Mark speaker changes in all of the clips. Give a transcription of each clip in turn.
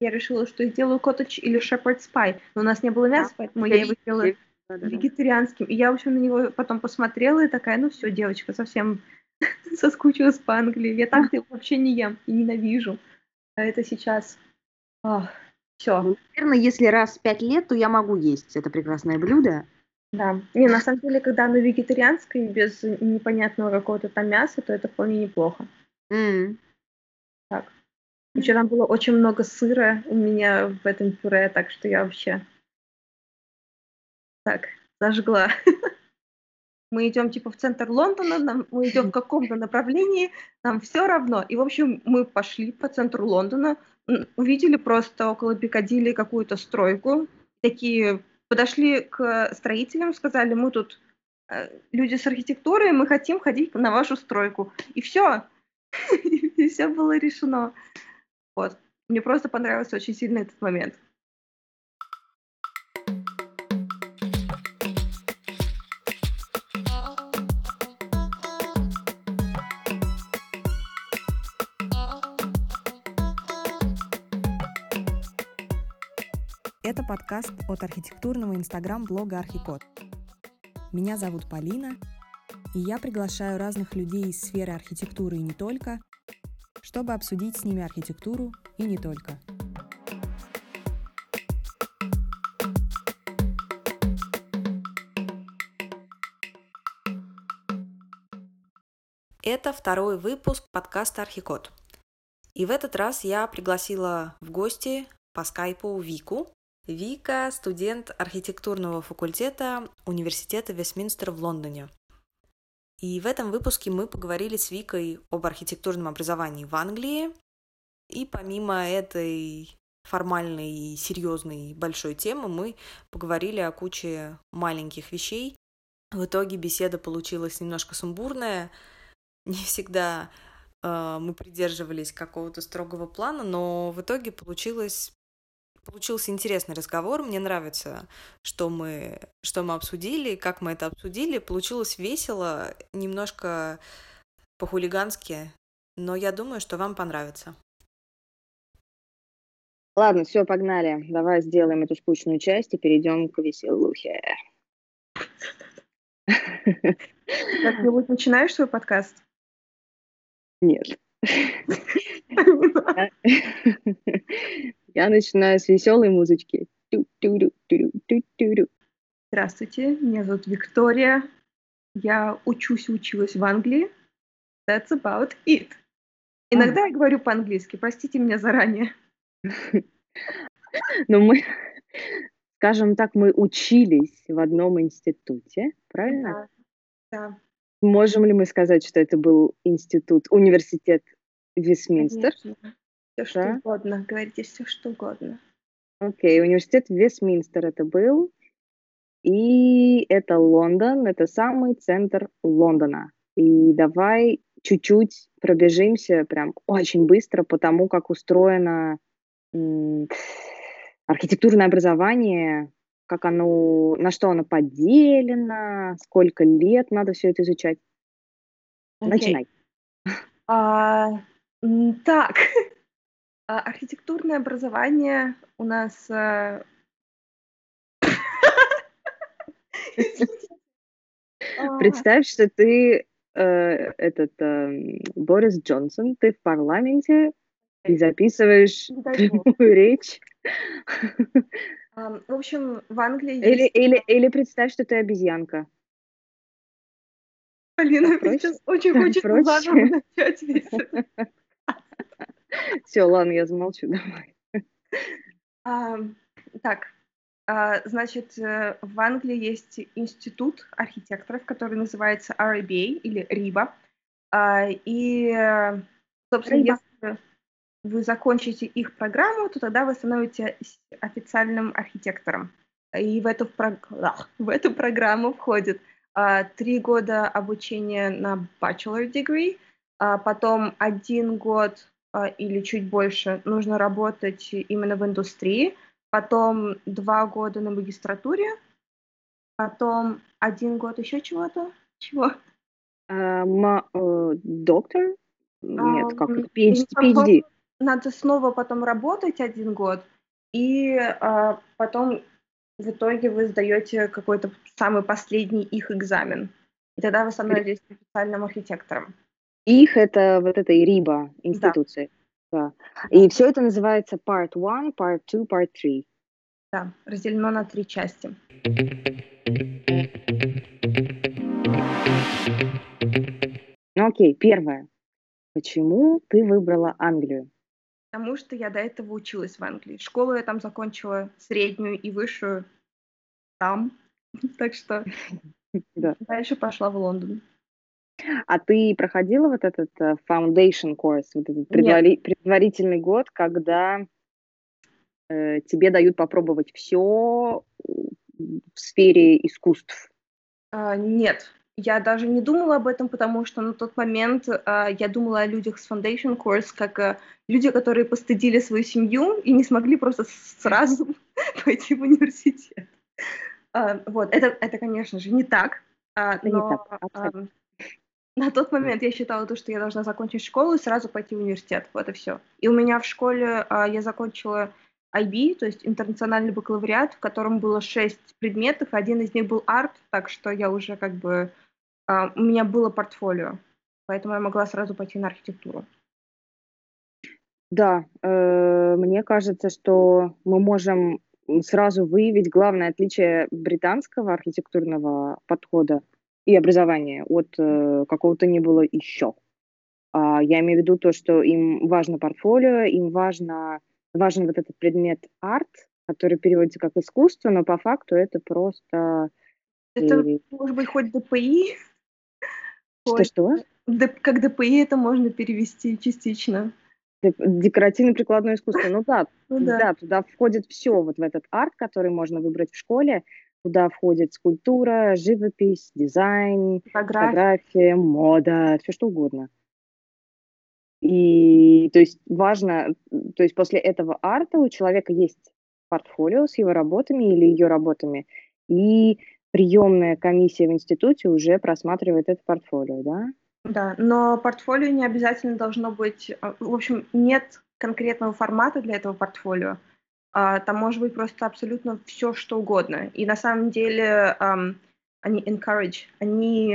Speaker 1: Я решила, что сделаю коттедж или shepherd's pie, но у нас не было мяса, поэтому я его сделала вегетарианским. И я, в общем, на него потом посмотрела и такая, ну все, девочка, совсем соскучилась по Англии. Я так-то его вообще не ем и ненавижу. А это сейчас... все.
Speaker 2: Ну, наверное, если раз в 5 лет, то я могу есть это прекрасное блюдо.
Speaker 1: Да. Не, на самом деле, когда оно вегетарианское, без непонятного какого-то там мяса, то это вполне неплохо. Так. Еще там было очень много сыра у меня в этом пюре, так что я вообще так зажгла. Мы идем типа в центр Лондона, мы идем в каком-то направлении, нам все равно. И, в общем, мы пошли по центру Лондона, увидели просто около Пикадилли какую-то стройку, такие подошли к строителям, сказали, мы тут люди с архитектурой, мы хотим ходить на вашу стройку. И все. И все было решено. Вот. Мне просто понравился очень сильно этот момент.
Speaker 3: Это подкаст от архитектурного инстаграм-блога Архикод. Меня зовут Полина, и я приглашаю разных людей из сферы архитектуры и не только, чтобы обсудить с ними архитектуру и не только. Это второй выпуск подкаста Архикод. И в этот раз я пригласила в гости по скайпу Вику. Вика – студент архитектурного факультета Университета Вестминстер в Лондоне. И в этом выпуске мы поговорили с Викой об архитектурном образовании в Англии. И помимо этой формальной, и серьезной, большой темы, мы поговорили о куче маленьких вещей. В итоге беседа получилась немножко сумбурная. Не всегда мы придерживались какого-то строгого плана, но в итоге получился интересный разговор. Мне нравится, что мы обсудили, как мы это обсудили. Получилось весело, немножко по-хулигански, но я думаю, что вам понравится.
Speaker 2: Ладно, все, погнали. Давай сделаем эту скучную часть и перейдем к веселухе.
Speaker 1: Ты начинаешь свой подкаст?
Speaker 2: Нет. Я начинаю с веселой музычки.
Speaker 1: Здравствуйте, меня зовут Виктория. Я училась в Англии. That's about it. Иногда я говорю по-английски, простите меня заранее.
Speaker 2: Но мы, скажем так, мы учились в одном институте, правильно?
Speaker 1: Да.
Speaker 2: Можем ли мы сказать, что это был университет Вестминстер?
Speaker 1: Конечно. Все что угодно, говорите все что угодно.
Speaker 2: Окей, университет Вестминстер это был, и это Лондон, это самый центр Лондона. И давай чуть-чуть пробежимся прям очень быстро по тому, как устроено архитектурное образование, как оно, на что оно поделено, сколько лет надо все это изучать. Начинай.
Speaker 1: Так, архитектурное образование у нас...
Speaker 2: Представь, что ты Борис Джонсон, ты в парламенте и записываешь прямую речь.
Speaker 1: В общем, в Англии есть...
Speaker 2: Или представь, что ты обезьянка.
Speaker 1: Полина, сейчас очень хочется заново начать весь этот...
Speaker 2: Все, ладно, я замолчу, давай.
Speaker 1: Так, значит, в Англии есть институт архитекторов, который называется RIBA или RIBA. И, собственно, если вы закончите их программу, то тогда вы становитесь официальным архитектором. И в эту программу входит 3 года обучения на bachelor degree, потом 1 год или чуть больше нужно работать именно в индустрии, потом 2 года на магистратуре, потом 1 год еще чего-то. Чего?
Speaker 2: Доктор? Нет, как это? PhD.
Speaker 1: надо снова потом работать 1 год, и потом в итоге вы сдаете какой-то самый последний их экзамен. И тогда вы становитесь официальным архитектором.
Speaker 2: Их это вот этой РИБА
Speaker 1: Да,
Speaker 2: институции. Да.
Speaker 1: да,
Speaker 2: И все это называется Part 1, Part 2, Part 3.
Speaker 1: да, разделено на 3 части.
Speaker 2: Ну окей, первое. Почему ты выбрала Англию?
Speaker 1: Потому что я до этого училась в Англии. Школу я там закончила, среднюю и высшую там. Так что
Speaker 2: Да.
Speaker 1: дальше пошла в Лондон.
Speaker 2: А ты проходила вот этот foundation course, вот этот
Speaker 1: Нет,
Speaker 2: предварительный год, когда тебе дают попробовать все в сфере искусств?
Speaker 1: нет. Я даже не думала об этом, потому что на тот момент я думала о людях с foundation course, как люди, которые постыдили свою семью и не смогли просто сразу пойти в университет. Вот, это, конечно же, не так,
Speaker 2: Это не так,
Speaker 1: но
Speaker 2: абсолютно.
Speaker 1: на тот момент я считала то, что я должна закончить школу и сразу пойти в университет. Вот и все. И у меня в школе я закончила IB, то есть интернациональный бакалавриат, в котором было 6 предметов, и один из них был арт, так что я уже как бы... у меня было портфолио, поэтому я могла сразу пойти на архитектуру.
Speaker 2: Да, мне кажется, что мы можем сразу выявить главное отличие британского архитектурного подхода и образования от какого-то ни было еще. Я имею в виду то, что им важно портфолио, им важен вот этот предмет арт, который переводится как искусство, но по факту это просто...
Speaker 1: Это может быть хоть ДПИ, хоть
Speaker 2: Что-что?
Speaker 1: как ДПИ это можно перевести частично.
Speaker 2: Декоративно-прикладное искусство. Ну да,
Speaker 1: Ну да,
Speaker 2: да, туда входит все вот в этот арт, который можно выбрать в школе. Туда входит скульптура, живопись, дизайн,
Speaker 1: фотографии.
Speaker 2: фотография, мода, все что угодно. И то есть важно, то есть после этого арта у человека есть портфолио с его работами или ее работами, и приемная комиссия в институте уже просматривает это портфолио, да?
Speaker 1: Да, но портфолио не обязательно должно быть, в общем, нет конкретного формата для этого портфолио. Там может быть просто абсолютно все, что угодно. И на самом деле они encourage, они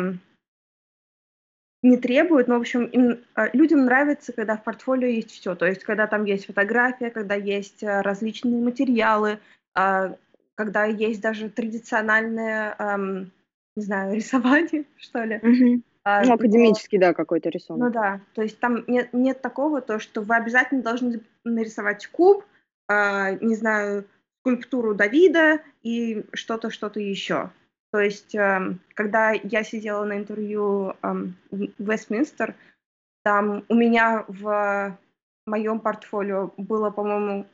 Speaker 1: не требуют, но, в общем, людям нравится, когда в портфолио есть все. То есть, когда там есть фотография, когда есть различные материалы, когда есть даже традиционное, не знаю, рисование, что ли.
Speaker 2: Мгм. Ну,
Speaker 1: Но
Speaker 2: академический, да, какой-то
Speaker 1: ну
Speaker 2: рисунок.
Speaker 1: да, то есть там нет такого, то, что вы обязательно должны нарисовать куб, не знаю, скульптуру Давида и что-то еще. То есть, когда я сидела на интервью в Вестминстер, там у меня в моем портфолио было, по-моему,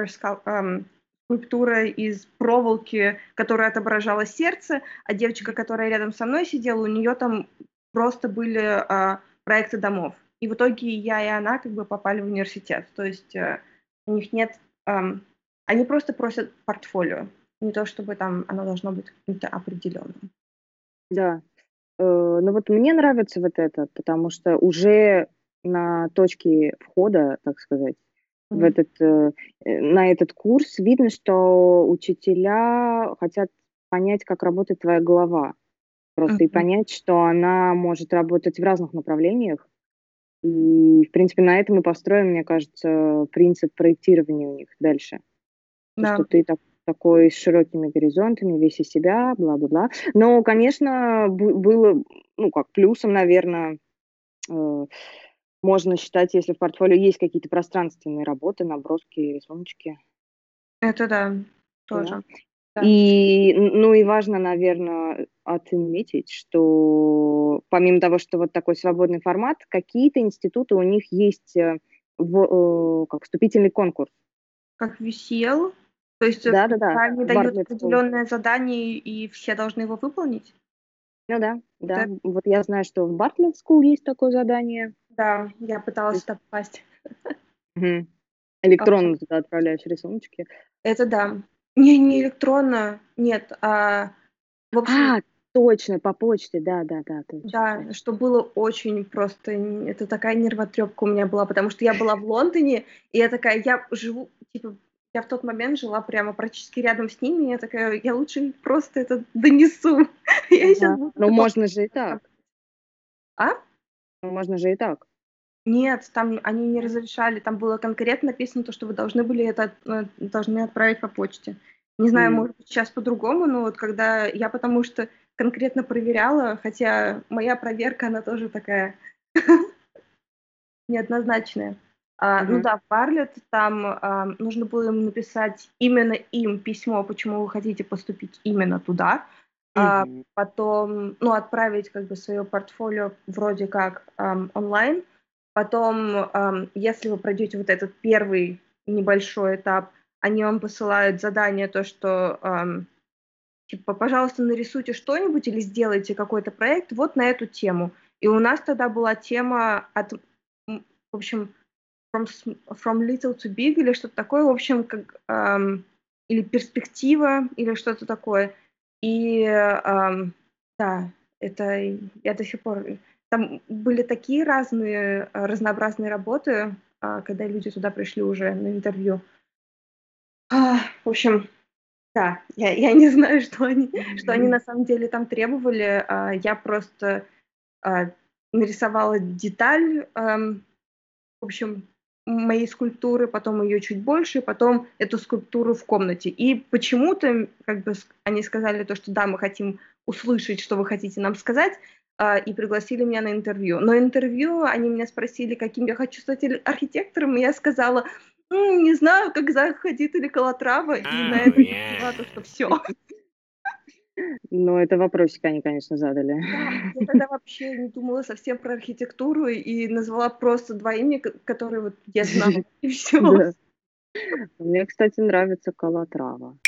Speaker 1: скульптура из проволоки, которая отображала сердце, а девочка, которая рядом со мной сидела, у нее там просто были проекты домов. И в итоге я и она как бы попали в университет. То есть у них нет... они просто просят портфолио. Не то, чтобы там оно должно быть каким-то определенным.
Speaker 2: Да. Ну вот мне нравится вот это, потому что уже на точке входа, так сказать, в
Speaker 1: Мгм.
Speaker 2: на этот курс видно, что учителя хотят понять, как работает твоя голова. Просто и
Speaker 1: Мгм.
Speaker 2: понять, что она может работать в разных направлениях. И, в принципе, на этом и построен, мне кажется, принцип проектирования у них дальше. То, что
Speaker 1: Да.
Speaker 2: ты такой с широкими горизонтами, весь из себя, бла-бла-бла. Но, конечно, было, ну, как плюсом, наверное, можно считать, если в портфолио есть какие-то пространственные работы, наброски, рисуночки.
Speaker 1: Это да,
Speaker 2: Да.
Speaker 1: тоже. Да.
Speaker 2: И, ну и важно, наверное, отметить, что помимо того, что вот такой свободный формат, какие-то институты у них есть как вступительный конкурс.
Speaker 1: Как VCL? То есть,
Speaker 2: Да-да-да,
Speaker 1: когда они
Speaker 2: в
Speaker 1: дают
Speaker 2: Bartlett School.
Speaker 1: определенное задание, и все должны его выполнить?
Speaker 2: Ну да,
Speaker 1: Вот
Speaker 2: да.
Speaker 1: это
Speaker 2: Вот я знаю, что в Bartlett School есть такое задание.
Speaker 1: да, я
Speaker 2: То
Speaker 1: пыталась
Speaker 2: есть,
Speaker 1: туда попасть.
Speaker 2: мгм.
Speaker 1: А,
Speaker 2: Электронно туда отправляешь рисуночки.
Speaker 1: это да. Не электронно, нет, в
Speaker 2: А,
Speaker 1: общем,
Speaker 2: точно, по почте, да, точно,
Speaker 1: Да,
Speaker 2: точно.
Speaker 1: что было очень просто, это такая нервотрепка у меня была, потому что я была в Лондоне, и я такая, я живу, типа, я в тот момент жила прямо практически рядом с ними, и я такая, я лучше просто это донесу. Я сейчас
Speaker 2: Ага.
Speaker 1: буду
Speaker 2: Ну,
Speaker 1: такого.
Speaker 2: можно же и так.
Speaker 1: А?
Speaker 2: Ну, можно же и так.
Speaker 1: Нет, там они не
Speaker 2: Нет?
Speaker 1: разрешали, там было конкретно написано то, что вы должны были это, должны отправить по почте. Не знаю,
Speaker 2: М.
Speaker 1: может быть, сейчас по-другому, но вот когда я потому что конкретно проверяла, хотя моя проверка, она тоже такая неоднозначная. Ну
Speaker 2: Ага.
Speaker 1: да, в Bartlett там нужно было им написать именно им письмо, почему вы хотите поступить именно туда,
Speaker 2: Мгм.
Speaker 1: потом, ну, отправить как бы свое портфолио вроде как онлайн, потом, если вы пройдете вот этот первый небольшой этап, они вам посылают задание, то, что типа, пожалуйста, нарисуйте что-нибудь или сделайте какой-то проект вот на эту тему. И у нас тогда была тема от, в общем, from little to big или что-то такое, в общем, как, или перспектива, или что-то такое. И да, это я до сих пор... Там были такие разные, разнообразные работы, когда люди туда пришли уже на интервью. В общем, да, я не знаю, что они на самом деле там требовали. Я просто а, нарисовала деталь, в общем, моей скульптуры, потом ее чуть больше, потом эту скульптуру в комнате. И почему-то как бы они сказали то, что да, мы хотим услышать, что вы хотите нам сказать, и пригласили меня на интервью. Но интервью они меня спросили, каким я хочу стать архитектором, и я сказала, не знаю, как Захадид или Калатрава, и на это я поняла, то, что все.
Speaker 2: Ну, это вопросик они, конечно, задали.
Speaker 1: Да, я тогда вообще не думала совсем про архитектуру и назвала просто 2 имени, которые вот я знала, и все.
Speaker 2: Да. Мне, кстати, нравится Калатрава.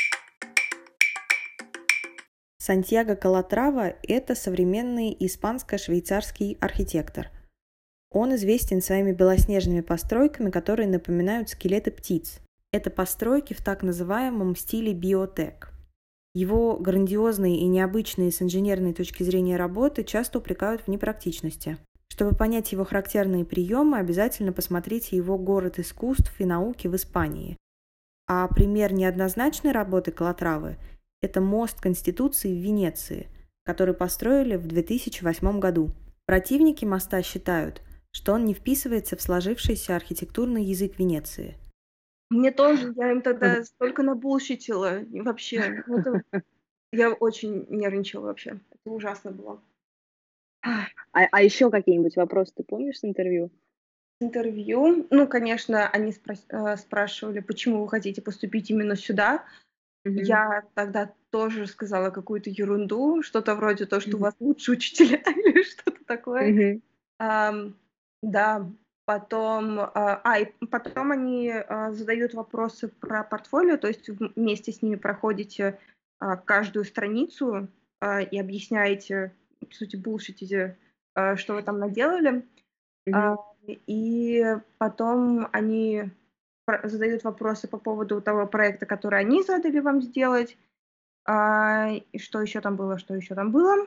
Speaker 3: Сантьяго Калатрава – это современный испанско-швейцарский архитектор. Он известен своими белоснежными постройками, которые напоминают скелеты птиц. Это постройки в так называемом стиле биотек. Его грандиозные и необычные с инженерной точки зрения работы часто упрекают в непрактичности. Чтобы понять его характерные приемы, обязательно посмотрите его «Город искусств и науки» в Испании. А пример неоднозначной работы Калатравы – это мост Конституции в Венеции, который построили в 2008 году. Противники моста считают, что он не вписывается в сложившийся архитектурный язык Венеции.
Speaker 1: Мне тоже, я им тогда столько набулшитила, и вообще, я очень нервничала вообще. Это ужасно было.
Speaker 2: А еще какие-нибудь вопросы ты помнишь с интервью?
Speaker 1: Интервью, ну, конечно, они спрашивали, почему вы хотите поступить именно сюда.
Speaker 2: Мгм.
Speaker 1: Я тогда тоже сказала какую-то ерунду, что-то вроде то, что у вас лучшие учителя или что-то такое.
Speaker 2: Мгм.
Speaker 1: Ам, да, потом, и потом они задают вопросы про портфолио, то есть вместе с ними проходите каждую страницу и объясняете, по сути, булшитите, что вы там наделали. А,
Speaker 2: Мгм.
Speaker 1: и потом они задают вопросы по поводу того проекта, который они задали вам сделать. И что еще там было, что еще там было?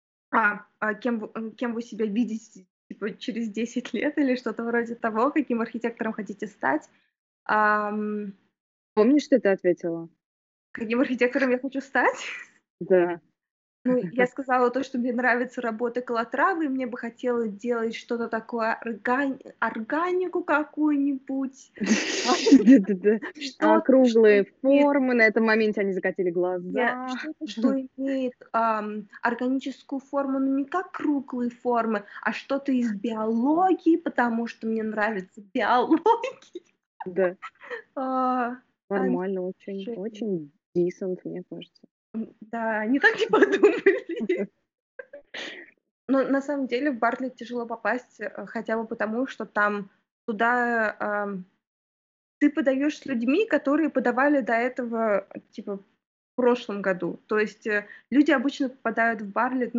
Speaker 1: Кем вы себя видите, типа, через 10 лет или что-то вроде того, каким архитектором хотите стать. Ам,
Speaker 2: Помнишь, что ты ответила?
Speaker 1: каким архитектором я хочу стать?
Speaker 2: Да.
Speaker 1: Ну, я сказала то, что мне нравится работа Калатравы, и мне бы хотелось делать что-то такое, органику какую-нибудь,
Speaker 2: Да-да-да.
Speaker 1: что-то, что
Speaker 2: Круглые
Speaker 1: имеет
Speaker 2: формы. На этом моменте они закатили глаза.
Speaker 1: что-то, что имеет органическую форму, но не как круглые формы, а что-то из биологии, потому что мне нравится биология.
Speaker 2: Да,
Speaker 1: А, они
Speaker 2: нормально, очень,
Speaker 1: же,
Speaker 2: очень decent, мне кажется.
Speaker 1: да, они так не подумали. Но на самом деле в Бартлетт тяжело попасть, хотя бы потому, что там туда, ты подаешь с людьми, которые подавали до этого, типа, в прошлом году. То есть, люди обычно попадают в Bartlett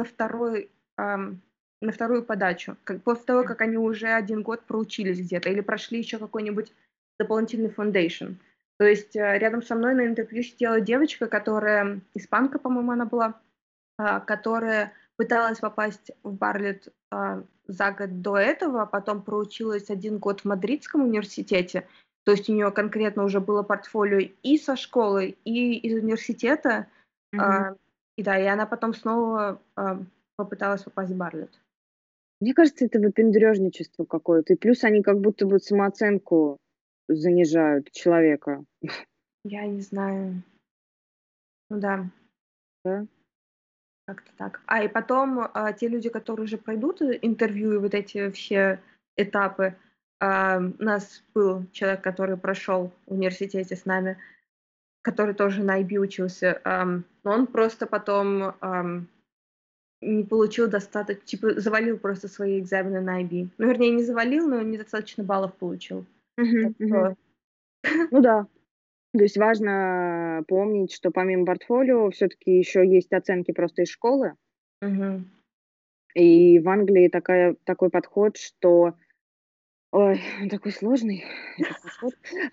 Speaker 1: на вторую подачу, после того, как они уже 1 год проучились где-то или прошли еще какой-нибудь дополнительный foundation. То есть, рядом со мной на интервью сидела девочка, которая испанка, по-моему, она была. которая пыталась попасть в Барлетт за год до этого, потом проучилась 1 год в Мадридском университете. То есть у нее конкретно уже было портфолио и со школы, и из университета.
Speaker 2: Мгм.
Speaker 1: И да, и она потом снова попыталась попасть в Барлетт.
Speaker 2: Мне кажется, это выпендрежничество какое-то. И плюс они как будто бы самооценку занижают человека,
Speaker 1: Я не знаю. Ну да,
Speaker 2: да?
Speaker 1: как-то так. И потом те люди, которые уже пройдут интервью и вот эти все этапы, у нас был человек, который прошел в университете с нами, который тоже на IB учился, но он просто потом не получил достаточно, типа завалил просто свои экзамены на IB. Ну, вернее, не завалил, но недостаточно баллов получил. Так
Speaker 2: Мгм, мгм.
Speaker 1: что,
Speaker 2: Ну да. То есть важно помнить, что помимо портфолио все-таки еще есть оценки просто из школы.
Speaker 1: мгм.
Speaker 2: И в Англии такой подход, что... Ой, он такой сложный, этот подход,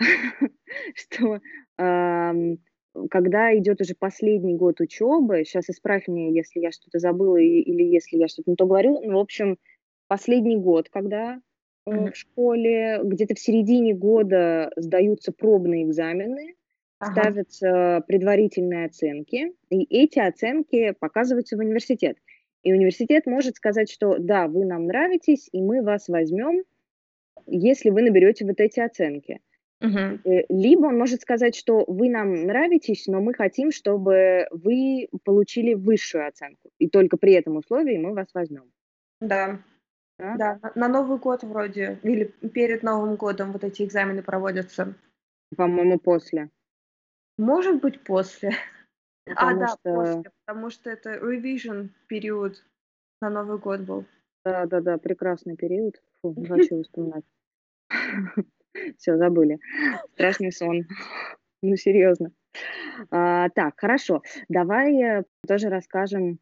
Speaker 2: что ам, когда идет уже последний год учебы, сейчас исправь меня, если я что-то забыла или если я что-то не то говорю, ну, в общем, последний год, когда
Speaker 1: Мгм.
Speaker 2: в школе, где-то в середине года сдаются пробные экзамены,
Speaker 1: Ага.
Speaker 2: ставятся предварительные оценки, и эти оценки показываются в университет. И университет может сказать, что да, вы нам нравитесь, и мы вас возьмем, если вы наберете вот эти оценки.
Speaker 1: Мгм.
Speaker 2: Либо он может сказать, что вы нам нравитесь, но мы хотим, чтобы вы получили высшую оценку, и только при этом условии мы вас возьмем.
Speaker 1: Да.
Speaker 2: Да?
Speaker 1: Да, на Новый год вроде или перед Новым годом вот эти экзамены проводятся.
Speaker 2: По-моему, после.
Speaker 1: Может быть, после.
Speaker 2: Потому
Speaker 1: Да,
Speaker 2: что,
Speaker 1: после, потому что это revision период на Новый год был.
Speaker 2: да-да-да, прекрасный период. Фу, не хочу вспоминать. Все, забыли. Страшный сон. Ну, серьезно. Так, хорошо. Давай тоже расскажем,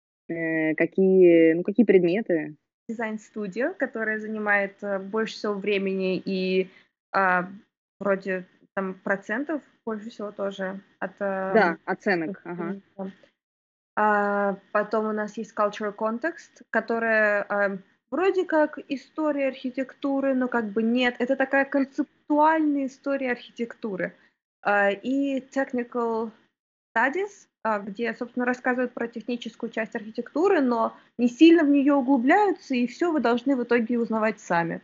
Speaker 2: какие предметы.
Speaker 1: Дизайн-студия, которая занимает, больше всего времени и, а, вроде там процентов больше всего тоже от,
Speaker 2: Да, оценок. Ага.
Speaker 1: потом у нас есть cultural context, которая, вроде как история архитектуры, но как бы нет. Это такая концептуальная история архитектуры. И technical studies, где, собственно, рассказывают про техническую часть архитектуры, но не сильно в нее углубляются, и все вы должны в итоге узнавать сами.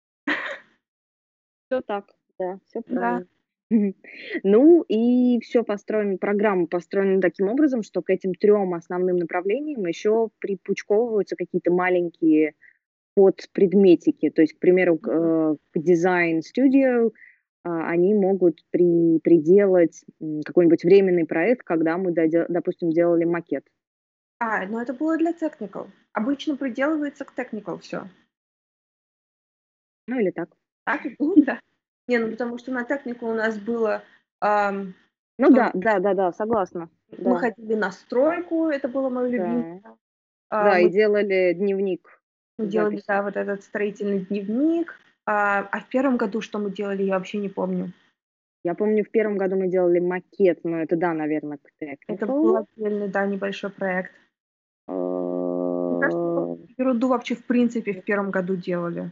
Speaker 2: Все так, да, все
Speaker 1: Да.
Speaker 2: правильно. Мгм. Ну и программа построена таким образом, что к этим 3 основным направлениям еще припучковываются какие-то маленькие подпредметики. То есть, к примеру,
Speaker 1: Мгм.
Speaker 2: к дизайн-студио, они могут приделать, какой-нибудь временный проект, когда мы допустим, делали макет.
Speaker 1: Ну это было для technical. Обычно приделывается к technical все.
Speaker 2: Ну или так.
Speaker 1: Так? Да. Не, ну потому что на technical у нас было, ам,
Speaker 2: Ну
Speaker 1: тоже
Speaker 2: да, да-да-да, согласна.
Speaker 1: мы
Speaker 2: Да,
Speaker 1: ходили на стройку, это было моё любимое.
Speaker 2: да. Да, и
Speaker 1: Мы
Speaker 2: делали дневник
Speaker 1: мы
Speaker 2: с
Speaker 1: делали, да,
Speaker 2: записью.
Speaker 1: вот этот строительный дневник. В первом году что мы делали, я вообще не помню.
Speaker 2: Я помню, в 1 году мы делали макет, но это, да, наверное, к
Speaker 1: Это был
Speaker 2: technical.
Speaker 1: отдельный, да, небольшой проект.
Speaker 2: Э,
Speaker 1: Мне кажется, мы ерунду вообще в принципе в первом году делали.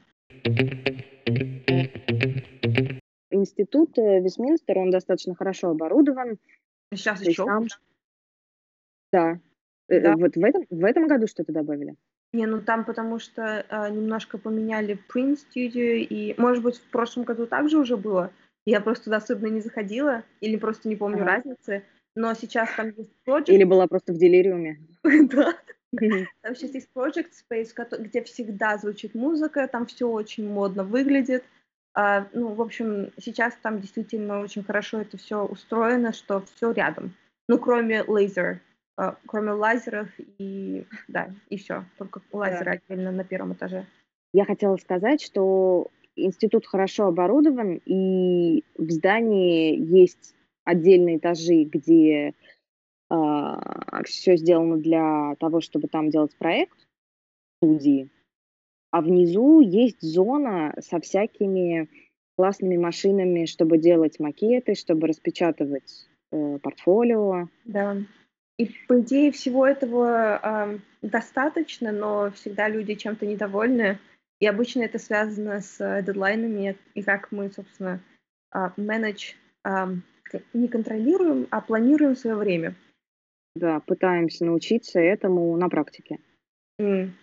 Speaker 2: Институт, Вестминстер, он достаточно хорошо оборудован.
Speaker 1: Сейчас
Speaker 2: То есть
Speaker 1: еще
Speaker 2: там,
Speaker 1: лучше.
Speaker 2: да.
Speaker 1: Да.
Speaker 2: Вот в этом году что-то добавили?
Speaker 1: Не, ну там потому что, немножко поменяли Print Studio, и, может быть, в прошлом году также уже было. Я просто туда особенно не заходила или просто не помню
Speaker 2: Ага.
Speaker 1: разницы. Но сейчас там есть Project,
Speaker 2: Или была просто в делириуме?
Speaker 1: да, там сейчас есть Project Space, где всегда звучит музыка, там все очень модно выглядит. Ну, в общем, сейчас там действительно очень хорошо это все устроено, что все рядом. Ну, кроме лазеров и да, и все. Только
Speaker 2: Да.
Speaker 1: лазеры отдельно на первом этаже.
Speaker 2: Я хотела сказать, что институт хорошо оборудован, и в здании есть отдельные этажи, где все сделано для того, чтобы там делать проект студии, а внизу есть зона со всякими классными машинами, чтобы делать макеты, чтобы распечатывать, портфолио.
Speaker 1: Да. И по идее всего этого достаточно, но всегда люди чем-то недовольны. И обычно это связано с дедлайнами и как мы, собственно, менедж не контролируем, а планируем свое время.
Speaker 2: Да, пытаемся научиться этому на практике.
Speaker 1: М.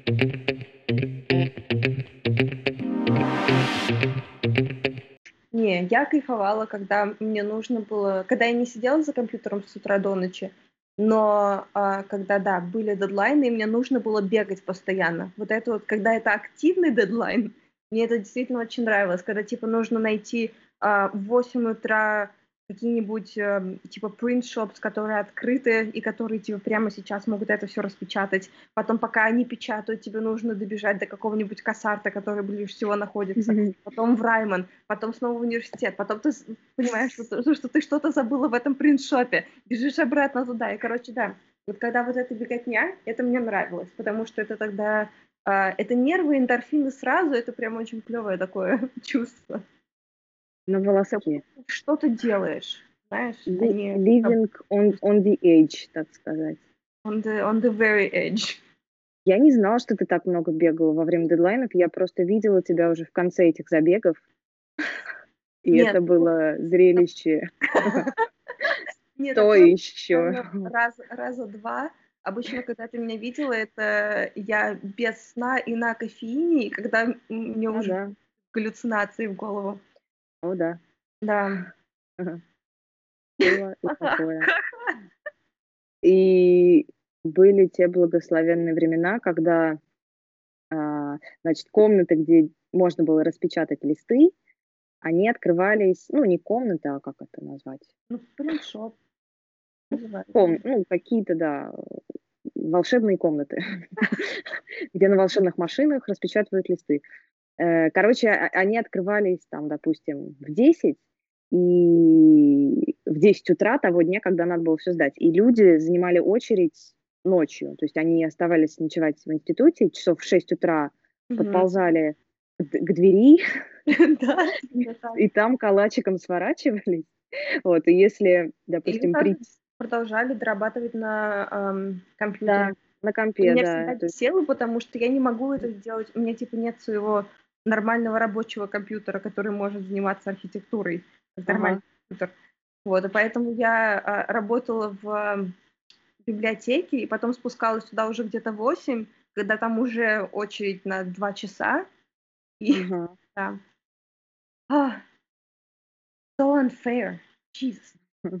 Speaker 1: Не, я кайфовала, когда мне нужно было, когда я не сидела за компьютером с утра до ночи, но когда, да, были дедлайны, и мне нужно было бегать постоянно. Вот это вот, когда это активный дедлайн, мне это действительно очень нравилось, когда типа нужно найти в 8 утра какие-нибудь типа print shops, которые открыты и которые типа прямо сейчас могут это все распечатать. Потом, пока они печатают, тебе нужно добежать до какого-нибудь Касарта, который ближе всего находится, потом в Раймон, потом снова в университет, потом ты понимаешь, что ты что-то забыла в этом принтшопе, бежишь обратно туда, и, короче, да. Вот когда вот эта беготня, это мне нравилось, потому что это тогда, это нервы, эндорфины сразу, это прям очень клевое такое чувство.
Speaker 2: На волоске.
Speaker 1: Что ты делаешь, знаешь, они
Speaker 2: Living on the edge, так сказать.
Speaker 1: on the very edge.
Speaker 2: Я не знала, что ты так много бегала во время дедлайнов. Я просто видела тебя уже в конце этих забегов. И
Speaker 1: Нет,
Speaker 2: это было зрелище.
Speaker 1: нет,
Speaker 2: То
Speaker 1: такое
Speaker 2: еще.
Speaker 1: раза два. Обычно, когда ты меня видела, это я без сна и на кофеине, и когда мне уже
Speaker 2: Да.
Speaker 1: галлюцинации в голову.
Speaker 2: О, да.
Speaker 1: Да.
Speaker 2: Было и такое. И были те благословенные времена, когда, значит, комнаты, где можно было распечатать листы, они открывались, ну, не комнаты, а как это назвать?
Speaker 1: Ну, принтшоп называется.
Speaker 2: Ну, какие-то, да, волшебные комнаты, где на волшебных машинах распечатывают листы. Короче, они открывались там, допустим, в 10, и в 10 утра того дня, когда надо было все сдать. И люди занимали очередь ночью. То есть они оставались ночевать в институте, часов в 6 утра
Speaker 1: Мгм.
Speaker 2: подползали к двери,
Speaker 1: Да, именно так.
Speaker 2: и там калачиком сворачивались. Вот, и если,
Speaker 1: Или
Speaker 2: допустим,
Speaker 1: также продолжали дорабатывать на
Speaker 2: Да,
Speaker 1: компьютере.
Speaker 2: на
Speaker 1: Это
Speaker 2: компе,
Speaker 1: меня
Speaker 2: да.
Speaker 1: всегда бесило, потому что я не могу это сделать. У меня типа нет своего нормального рабочего компьютера, который может заниматься архитектурой, как нормальный
Speaker 2: Ага.
Speaker 1: компьютер. Вот, и поэтому я работала в библиотеке, и потом спускалась туда уже где-то в 8, когда там уже очередь на 2 часа. И
Speaker 2: Ага.
Speaker 1: да. А, so unfair. Jesus.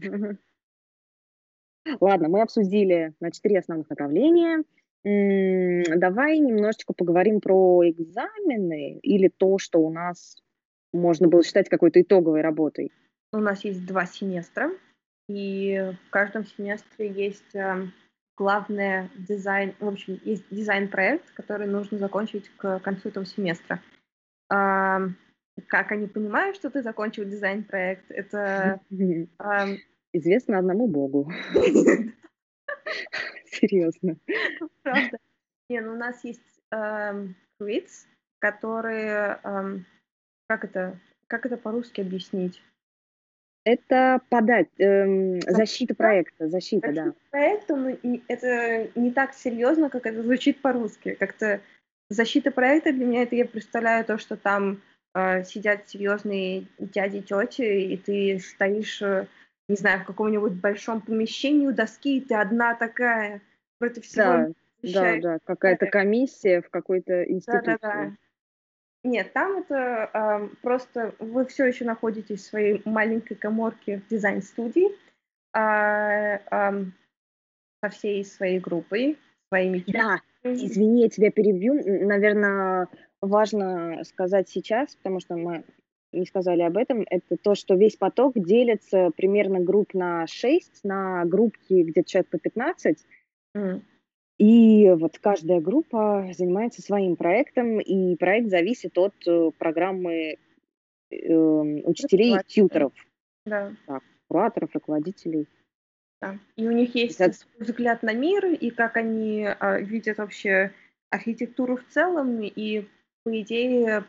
Speaker 2: Ладно, мы обсудили, значит, 3 основных направления. Давай немножечко поговорим про экзамены или то, что у нас можно было считать какой-то итоговой работой.
Speaker 1: У нас есть 2 семестра, и в каждом семестре есть главное дизайн, в общем, есть дизайн-проект, который нужно закончить к концу этого семестра. Ам, Как они понимают, что ты закончил дизайн-проект, это ам,
Speaker 2: Известно одному Богу. Серьезно.
Speaker 1: правда. Не, ну у нас есть квиз, которые, как это по-русски объяснить?
Speaker 2: Это защита проекта, защита, да.
Speaker 1: Проекту, но это не так серьезно, как это звучит по-русски. Как-то защита проекта для меня это я представляю то, что там сидят серьезные дяди, тети, и ты стоишь, не знаю, в каком-нибудь большом помещении у доски, и ты одна такая против всего мира
Speaker 2: Да,
Speaker 1: защищаешь
Speaker 2: да, какая-то
Speaker 1: проект.
Speaker 2: комиссия в какой-то институции.
Speaker 1: Да-да-да. Нет, там это просто вы все еще находитесь в своей маленькой каморке в дизайн-студии, а, со всей своей группой, своими
Speaker 2: Да,
Speaker 1: членами.
Speaker 2: извини, я тебя перебью. Наверное, важно сказать сейчас, потому что мы не сказали об этом, это то, что весь поток делится примерно групп на 6, на группки где-то человек по 15,
Speaker 1: М.
Speaker 2: и вот каждая группа занимается своим проектом, и проект зависит от программы учителей и
Speaker 1: Преподаватель,
Speaker 2: тьюторов,
Speaker 1: да,
Speaker 2: так, кураторов, руководителей.
Speaker 1: да. И у них есть
Speaker 2: За-
Speaker 1: свой взгляд на мир, и как они видят вообще архитектуру в целом, и по идее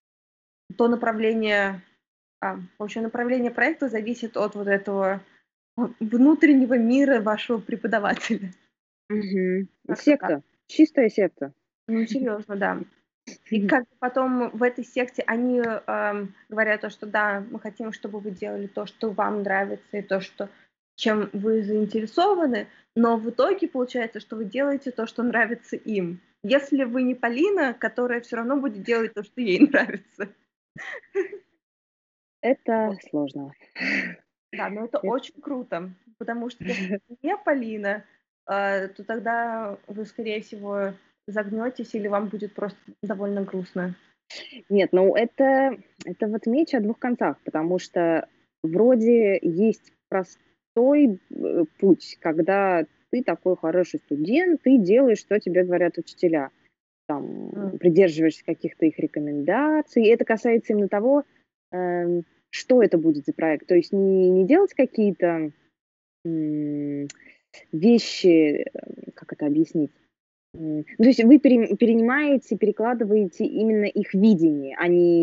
Speaker 1: то направление, в общем, направление проекта зависит от вот этого внутреннего мира вашего преподавателя.
Speaker 2: Мгм.
Speaker 1: Как-то так.
Speaker 2: Секта, чистая секта.
Speaker 1: Ну, серьезно, да. И как потом в этой секте они говорят то, что да, мы хотим, чтобы вы делали то, что вам нравится, и то, что чем вы заинтересованы, но в итоге получается, что вы делаете то, что нравится им. Если вы не Полина, которая все равно будет делать то, что ей нравится.
Speaker 2: Это
Speaker 1: Вот.
Speaker 2: сложно.
Speaker 1: Да, но это
Speaker 2: Эт
Speaker 1: очень круто, потому что если вы не Полина, то тогда вы, скорее всего, загнетесь или вам будет просто довольно грустно.
Speaker 2: Нет, ну это вот меч о двух концах, потому что вроде есть простой, путь, когда ты такой хороший студент, ты делаешь, что тебе говорят учителя. Там
Speaker 1: М,
Speaker 2: придерживаешься каких-то их рекомендаций. И это касается именно того, что это будет за проект. То есть не делать какие-то, вещи, как это объяснить? Ну, то есть вы перенимаете, перекладываете именно их видение,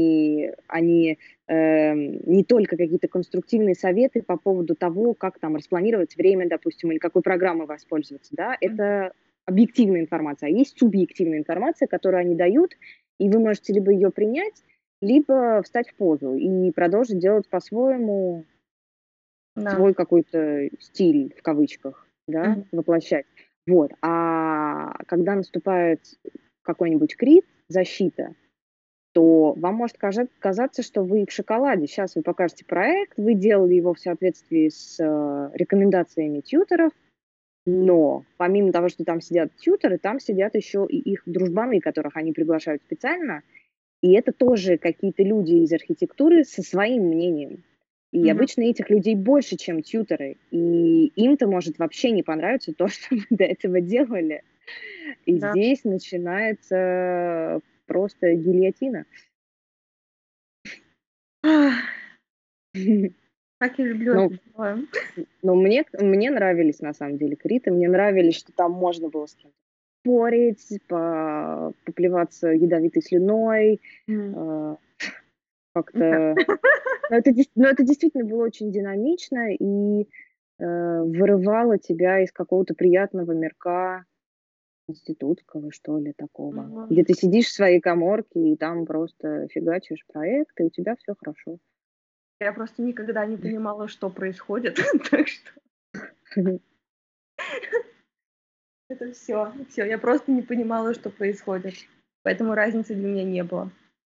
Speaker 2: не только какие-то конструктивные советы по поводу того, как там распланировать время, допустим, или какой программой воспользоваться, да.
Speaker 1: м,
Speaker 2: Это объективная информация, а есть субъективная информация, которую они дают, и вы можете либо ее принять, либо встать в позу и продолжить делать по-своему
Speaker 1: да.
Speaker 2: свой какой-то "стиль", в кавычках, да,
Speaker 1: Мгм.
Speaker 2: воплощать. Вот. А когда наступает какой-нибудь крит, защита, то вам может казаться, что вы в шоколаде. Сейчас вы покажете проект, вы делали его в соответствии с, рекомендациями тьюторов, но помимо того, что там сидят тьюторы, там сидят еще и их дружбаны, которых они приглашают специально. И это тоже какие-то люди из архитектуры со своим мнением. И
Speaker 1: Мгм.
Speaker 2: обычно этих людей больше, чем тьюторы. И им-то может вообще не понравиться то, что мы до этого делали. И
Speaker 1: Да.
Speaker 2: здесь начинается просто гильотина.
Speaker 1: Ах, как я люблю
Speaker 2: Но,
Speaker 1: это дело.
Speaker 2: но мне нравились на самом деле криты, мне нравились, что там можно было с кем-то спорить, поплеваться ядовитой слюной,
Speaker 1: М,
Speaker 2: э,
Speaker 1: да.
Speaker 2: как-то. Но это действительно было очень динамично и, вырывало тебя из какого-то приятного мирка институтского, что ли, такого, где
Speaker 1: Мгм.
Speaker 2: ты сидишь в своей каморке и там просто фигачишь проект, и у тебя все хорошо.
Speaker 1: Я просто никогда не понимала, что происходит, так что это все. Я просто не понимала, что происходит, поэтому разницы для меня не было.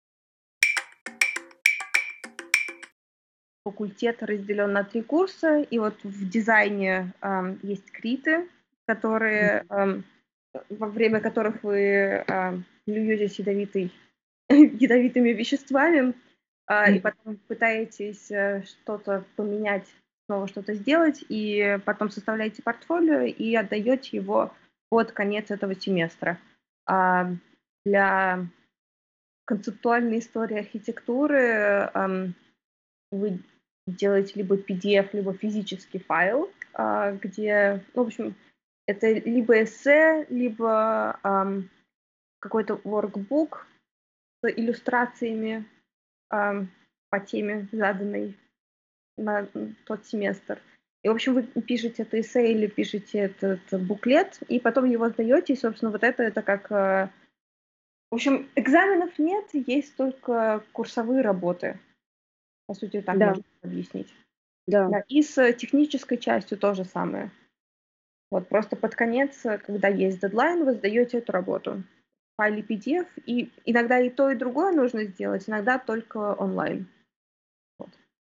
Speaker 1: Факультет разделен на 3 курса, и вот в дизайне, есть криты, которые, во время которых вы, плюетесь ядовитыми веществами, и потом пытаетесь, что-то поменять, снова что-то сделать, и потом составляете портфолио и отдаете его под конец этого семестра. А, для концептуальной истории архитектуры, вы делаете либо PDF, либо физический файл, где, ну, в общем, это либо эссе, либо какой-то workbook с иллюстрациями по теме, заданной на тот семестр. И, в общем, вы пишете это эссе или пишете этот буклет, и потом его сдаете, и, собственно, вот это как... В общем, экзаменов нет, есть только курсовые работы. По сути, так
Speaker 2: Да,
Speaker 1: можно объяснить.
Speaker 2: да.
Speaker 1: Да, и с технической частью то же самое. Вот просто под конец, когда есть дедлайн, вы сдаете эту работу в файле PDF, и иногда и то, и другое нужно сделать, иногда только онлайн. Вот.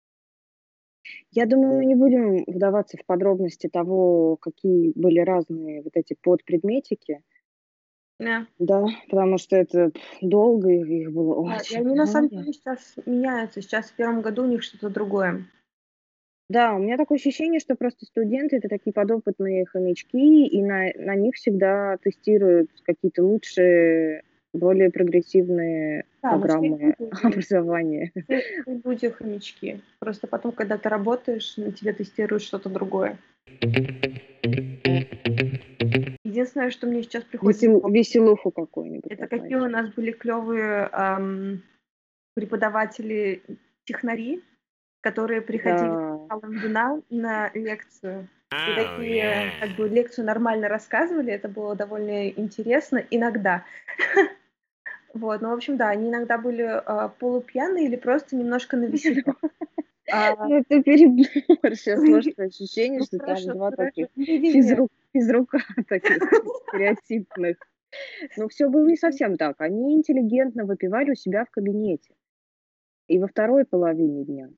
Speaker 2: Я думаю, мы не будем вдаваться в подробности того, какие были разные вот эти подпредметики,
Speaker 1: Да.
Speaker 2: да, потому что это долго, их было
Speaker 1: Да, и
Speaker 2: очень
Speaker 1: они на самом
Speaker 2: много.
Speaker 1: деле сейчас меняются. Сейчас в первом году у них что-то другое.
Speaker 2: Да, у меня такое ощущение, что просто студенты- это такие подопытные хомячки, и на них всегда тестируют какие-то лучшие, более прогрессивные
Speaker 1: Да, но
Speaker 2: программы образования.
Speaker 1: все люди хомячки. Просто потом, когда ты работаешь, на тебе тестируют что-то другое. Единственное, что мне сейчас приходит на ум,
Speaker 2: Веселуху какую-нибудь
Speaker 1: это какие у
Speaker 2: потащат.
Speaker 1: нас были клевые преподаватели технари, которые
Speaker 2: Да,
Speaker 1: приходили бокалом вина на лекцию. И такие, как бы, лекцию нормально рассказывали, это было довольно интересно иногда. Вот, ну, в общем, да, они иногда были полупьяные или просто немножко навеселе.
Speaker 2: Ну, это перебор. Сейчас сложное ощущение,
Speaker 1: Ну,
Speaker 2: что там
Speaker 1: хорошо,
Speaker 2: два
Speaker 1: хорошо.
Speaker 2: таких
Speaker 1: Не-не-не.
Speaker 2: физрука таких стереотипных. Но все было не совсем так. Они интеллигентно выпивали у себя в кабинете. И во второй половине дня.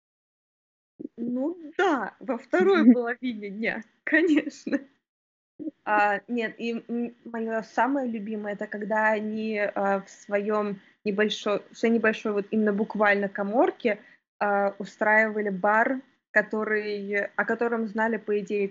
Speaker 1: Ну да, во второй половине дня, конечно. Нет, и мое самое любимое это когда они в своей небольшой вот именно буквально каморке устраивали бар, о котором знали, по идее,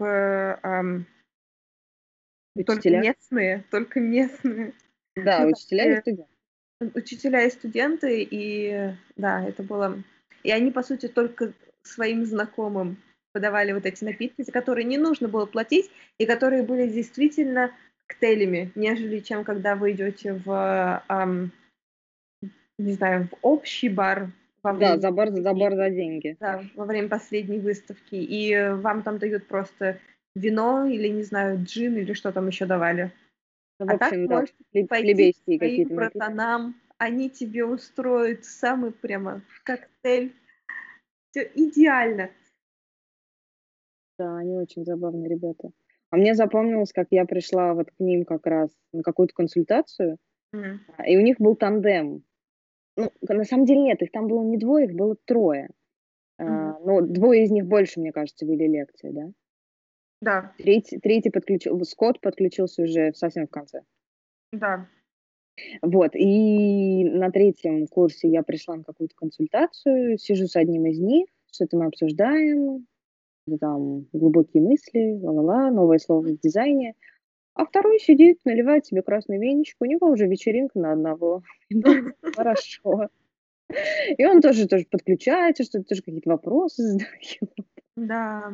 Speaker 2: Учителя?
Speaker 1: только местные.
Speaker 2: Да,
Speaker 1: Ну,
Speaker 2: учителя и студенты.
Speaker 1: учителя и студенты, и да, это было... И они, по сути, только своим знакомым подавали вот эти напитки, за которые не нужно было платить, и которые были действительно коктейлями, нежели чем когда вы идете не знаю, в общий бар во
Speaker 2: Да,
Speaker 1: время
Speaker 2: забор за деньги.
Speaker 1: да, во время последней выставки, и вам там дают просто вино или, не знаю, джин или что там еще давали.
Speaker 2: Ну, в
Speaker 1: А так
Speaker 2: общем, да,
Speaker 1: можете пойти к
Speaker 2: плебейские
Speaker 1: своим
Speaker 2: какие-то напитки.
Speaker 1: братанам, они тебе устроят самый прямо коктейль. Всё идеально.
Speaker 2: Да, они очень забавные ребята. А мне запомнилось, как я пришла вот к ним как раз на какую-то консультацию,
Speaker 1: Мгм.
Speaker 2: и у них был тандем. Ну, на самом деле нет, их там было не двое, их было трое.
Speaker 1: Мгм.
Speaker 2: Но двое из них больше, мне кажется, вели лекции, да.
Speaker 1: Да,
Speaker 2: Третий Скотт подключился уже совсем в конце.
Speaker 1: да.
Speaker 2: Вот, и на третьем курсе я пришла на какую-то консультацию, сижу с одним из них, что-то мы обсуждаем, там глубокие мысли, ла-ла-ла, новое слово в дизайне. А второй сидит, наливает себе красный веничек, у него уже вечеринка на одного. Ему хорошо. И он тоже подключается, что-то тоже какие-то вопросы задает.
Speaker 1: Да.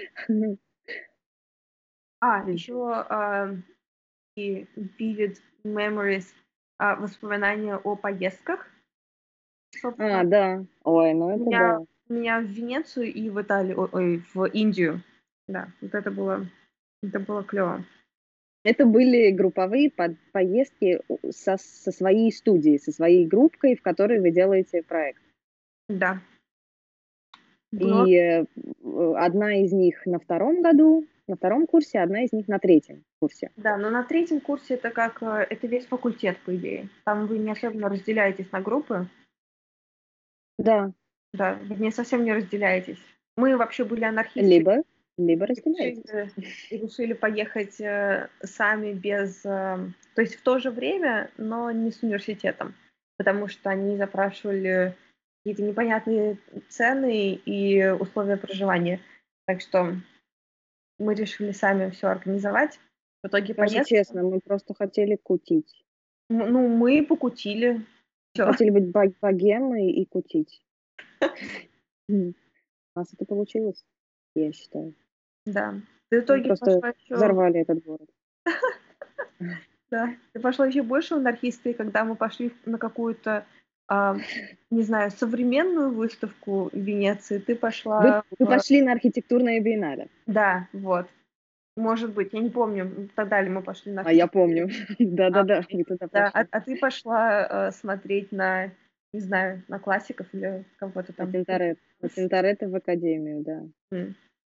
Speaker 2: М.
Speaker 1: Еще и vivid memories, воспоминания о поездках, собственно.
Speaker 2: Да. Ой, ну
Speaker 1: У
Speaker 2: это
Speaker 1: меня
Speaker 2: да.
Speaker 1: у меня в Венецию и в Италию, ой, в Индию. Да, вот это было клево.
Speaker 2: Это были групповые поездки со своей студией, со своей группкой, в которой вы делаете проект.
Speaker 1: Да, было
Speaker 2: И одна из них на втором году, на втором курсе, одна из них на третьем курсе.
Speaker 1: да, но на третьем курсе это как, это весь факультет, по идее. Там вы не особенно разделяетесь на группы.
Speaker 2: Да,
Speaker 1: Да, вы не совсем не разделяетесь. Мы вообще были анархисты
Speaker 2: либо
Speaker 1: и
Speaker 2: разделяйтесь.
Speaker 1: решили поехать, сами без, то есть в то же время, но не с университетом, потому что они запрашивали какие-то непонятные цены и условия проживания. Так что мы решили сами все организовать. В итоге
Speaker 2: Скажи
Speaker 1: поездка,
Speaker 2: честно, мы просто хотели кутить.
Speaker 1: ну, мы покутили,
Speaker 2: Мы
Speaker 1: всё.
Speaker 2: хотели быть богемой и кутить. М. У нас это получилось, я считаю.
Speaker 1: Да. В
Speaker 2: Мы
Speaker 1: итоге
Speaker 2: просто
Speaker 1: пошла еще
Speaker 2: взорвали этот город.
Speaker 1: Да, ты пошла еще больше в анархисты, когда мы пошли на какую-то, а, не знаю, современную выставку в Венеции. Ты
Speaker 2: Вы
Speaker 1: пошла
Speaker 2: вы пошли на архитектурное биеннале,
Speaker 1: Да, вот. Может быть, я не помню, тогда ли мы пошли на
Speaker 2: а я
Speaker 1: архитектуру.
Speaker 2: помню. Да-да-да,
Speaker 1: Окей.
Speaker 2: вы туда
Speaker 1: Да,
Speaker 2: пошли.
Speaker 1: ты пошла, смотреть на, не знаю, на классиков или кого-то
Speaker 2: На
Speaker 1: там.
Speaker 2: Тинторетто в академию, да.
Speaker 1: М.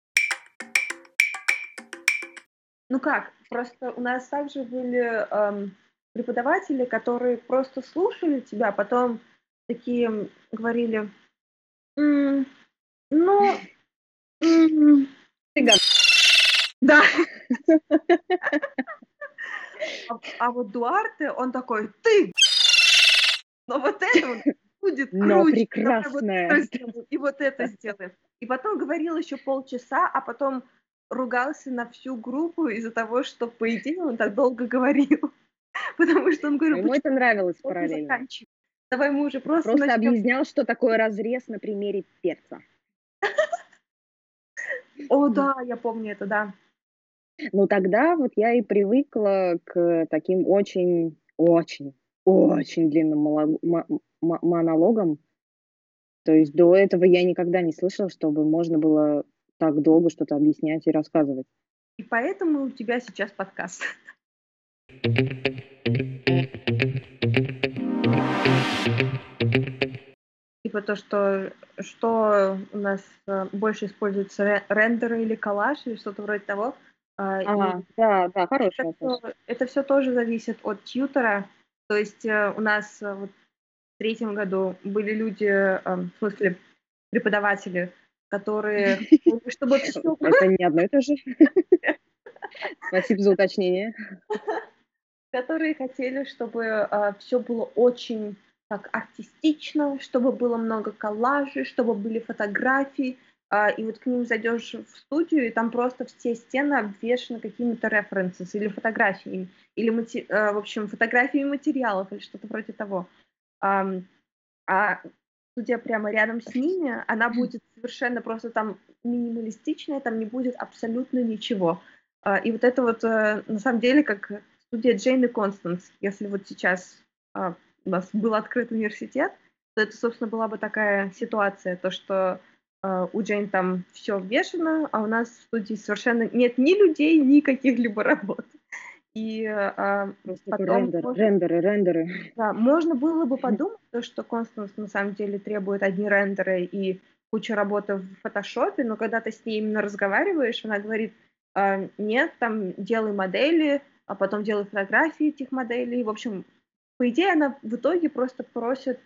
Speaker 1: Ну как, просто у нас также были, преподаватели, которые просто слушали тебя, а потом такие говорили: "М, ну, м".
Speaker 2: Ты га
Speaker 1: Да, вот Дуарте, он такой: "Ты, но вот это вот будет
Speaker 2: но
Speaker 1: круче, давай вот это
Speaker 2: прекрасная.
Speaker 1: сделаем и вот это сделаем". И потом говорил еще полчаса, а потом ругался на всю группу из-за того, что, по идее, он так долго говорил. Потому что он
Speaker 2: Но
Speaker 1: говорил:
Speaker 2: ему
Speaker 1: "Почему
Speaker 2: это нравилось
Speaker 1: мы
Speaker 2: параллельно.
Speaker 1: заканчиваем? Давай мы уже просто
Speaker 2: Просто
Speaker 1: начнем".
Speaker 2: объяснял, что такое разрез на примере перца.
Speaker 1: О да, я помню это, да.
Speaker 2: Ну, тогда вот я и привыкла к таким очень длинным монологам. То есть до этого я никогда не слышала, чтобы можно было так долго что-то объяснять и рассказывать.
Speaker 1: И поэтому у тебя сейчас подкаст. Типа то, что у нас больше используются рендеры или коллаж, или что-то вроде того. И
Speaker 2: Да, хороший вопрос.
Speaker 1: это все тоже зависит от тьютера. То есть у нас вот в третьем году были люди, в смысле преподаватели, которые, чтобы все...
Speaker 2: Это не одно и то же. Спасибо за уточнение.
Speaker 1: которые хотели, чтобы все было очень так артистично, чтобы было много коллажей, чтобы были фотографии. И вот к ним зайдешь в студию, и там просто все стены обвешаны какими-то референсами или фотографиями, или, в общем, фотографиями материалов или что-то вроде того. А студия прямо рядом с ними, она будет совершенно просто там минималистичная, там не будет абсолютно ничего. И вот это вот, на самом деле, как студия Джейн и Констанс. Если вот сейчас у нас был открыт университет, то это, собственно, была бы такая ситуация, то, что у Джейн там все вешано, а у нас в студии совершенно нет ни людей, ни каких-либо работ. И потом...
Speaker 2: Рендеры.
Speaker 1: Да, можно было бы подумать, что Констанс на самом деле требует одни рендеры и кучу работы в фотошопе, но когда ты с ней именно разговариваешь, она говорит, нет, там делай модели, а потом делай фотографии этих моделей. В общем, по идее, она в итоге просто просит,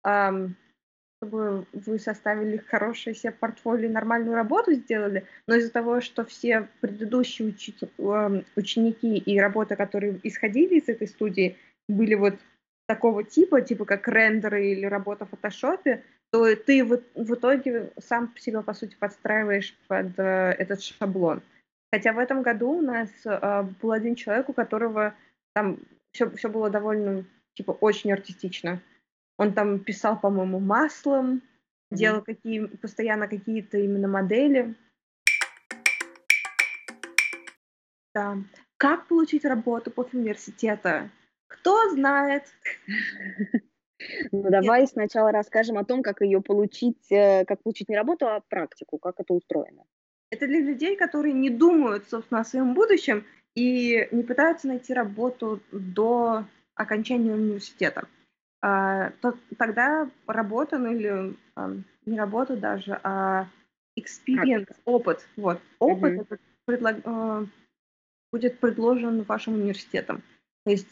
Speaker 1: чтобы вы составили хорошее себе портфолио, нормальную работу сделали, но из-за того, что все предыдущие ученики и работы, которые исходили из этой студии, были вот такого типа как рендеры или работа в фотошопе, то ты в итоге сам себя, по сути, подстраиваешь под этот шаблон. Хотя в этом году у нас был один человек, у которого там все было довольно, очень артистично. Он там писал, по-моему, маслом, делал постоянно какие-то именно модели. Да. Как получить работу после университета? Кто знает?
Speaker 2: Ну, давай сначала расскажем о том, как ее получить, как получить не работу, а практику, как это устроено.
Speaker 1: Это для людей, которые не думают, собственно, о своем будущем и не пытаются найти работу до окончания университета. Тогда работа, ну или не работа даже, а experience, опыт. Вот. Опыт этот будет предложен вашим университетом. То есть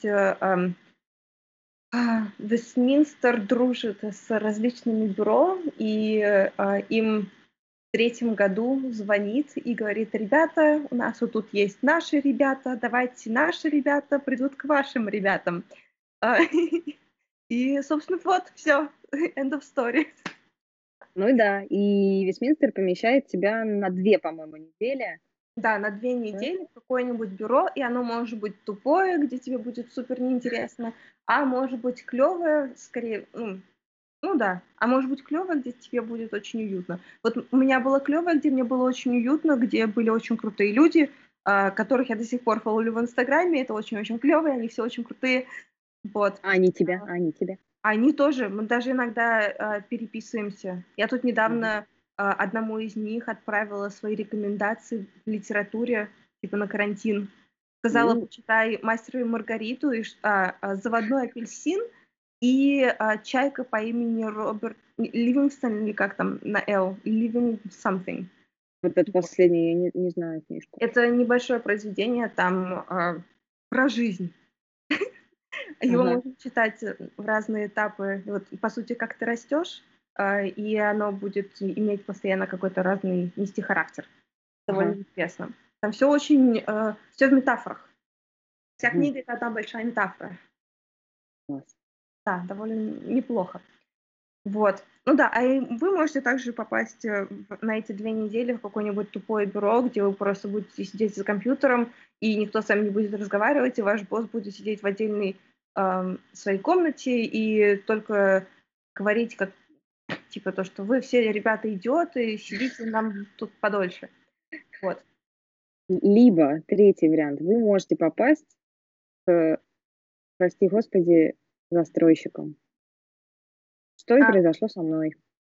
Speaker 1: Вестминстер дружит с различными бюро, и им в третьем году звонит и говорит, ребята, у нас вот тут есть наши ребята, давайте наши ребята придут к вашим ребятам. И, собственно, вот, все, end of story.
Speaker 2: Ну да, и Вестминстер помещает тебя на 2, по-моему, недели.
Speaker 1: Да, на 2 недели в какое-нибудь бюро, и оно может быть тупое, где тебе будет супер неинтересно, а может быть клевое, скорее, да, а может быть клевое, где тебе будет очень уютно. Вот у меня было клевое, где мне было очень уютно, где были очень крутые люди, которых я до сих пор фолловлю в Инстаграме, это очень-очень клевые, они все очень крутые. Вот.
Speaker 2: Они тебя.
Speaker 1: Они тоже, мы даже иногда переписываемся. Я тут недавно одному из них отправила свои рекомендации в литературе, типа на карантин. Сказала, почитай «Мастера и Маргариту», и «Заводной апельсин» и «Чайка по имени Роберт Ливингстон», или как там на «Л», «Living something».
Speaker 2: Вот это последнее, я не знаю книжку.
Speaker 1: Это небольшое произведение, там про жизнь. Его можно читать в разные этапы. Вот, по сути, как ты растешь, и оно будет иметь постоянно какой-то разный нести характер. Довольно интересно. Там все очень, все в метафорах. Вся книга — это одна большая метафора. Да, довольно неплохо. Вот. Ну да, а вы можете также попасть на эти 2 недели в какое-нибудь тупое бюро, где вы просто будете сидеть за компьютером, и никто с вами не будет разговаривать, и ваш босс будет сидеть в отдельной своей комнате и только говорить, как типа то, что вы все, ребята, идиоты, сидите нам тут подольше. Вот.
Speaker 2: Либо, третий вариант, вы можете попасть к, прости господи, застройщикам. Что и произошло со мной.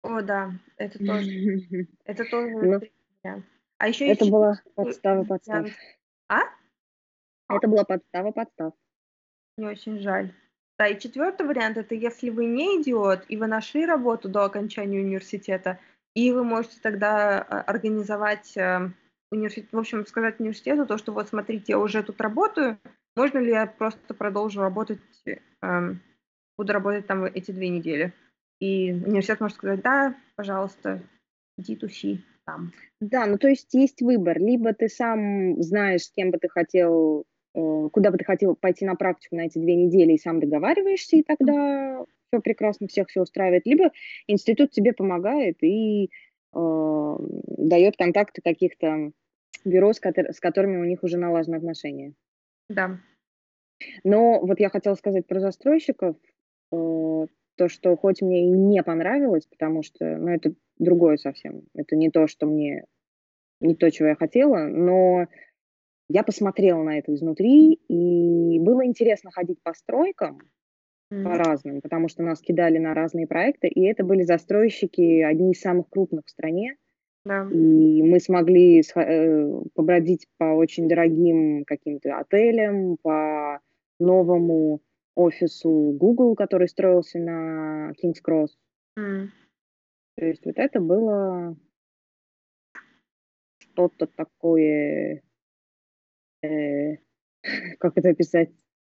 Speaker 1: О, да, это тоже
Speaker 2: Ну,
Speaker 1: третий вариант. А еще есть
Speaker 2: это была
Speaker 1: четвертый
Speaker 2: подстава подстав.
Speaker 1: вариант. А?
Speaker 2: Это была подстава подстав.
Speaker 1: Мне очень жаль. Да, и четвертый вариант — это если вы не идиот, и вы нашли работу до окончания университета, и вы можете тогда организовать в общем, сказать университету то, что вот смотрите, я уже тут работаю, можно ли я просто продолжу работать, буду работать там эти 2 недели. И университет может сказать, да, пожалуйста, иди туси там.
Speaker 2: Да, ну то есть выбор. Либо ты сам знаешь, с кем бы ты хотел, куда бы ты хотел пойти на практику на эти 2 недели и сам договариваешься, и тогда все прекрасно, всех все устраивает. Либо институт тебе помогает и дает контакты каких-то бюро, с которыми у них уже налажены отношения.
Speaker 1: Да.
Speaker 2: Но вот я хотела сказать про застройщиков, то, что хоть мне и не понравилось, потому что, ну, это другое совсем, это не то, чего я хотела, но я посмотрела на это изнутри, и было интересно ходить по стройкам, по
Speaker 1: М,
Speaker 2: разным, потому что нас кидали на разные проекты, и это были застройщики, одни из самых крупных в стране,
Speaker 1: да.
Speaker 2: и мы смогли побродить по очень дорогим каким-то отелям, по новому офису Google, который строился на King's Cross.
Speaker 1: М.
Speaker 2: То есть вот это было что-то такое, э, как это описать?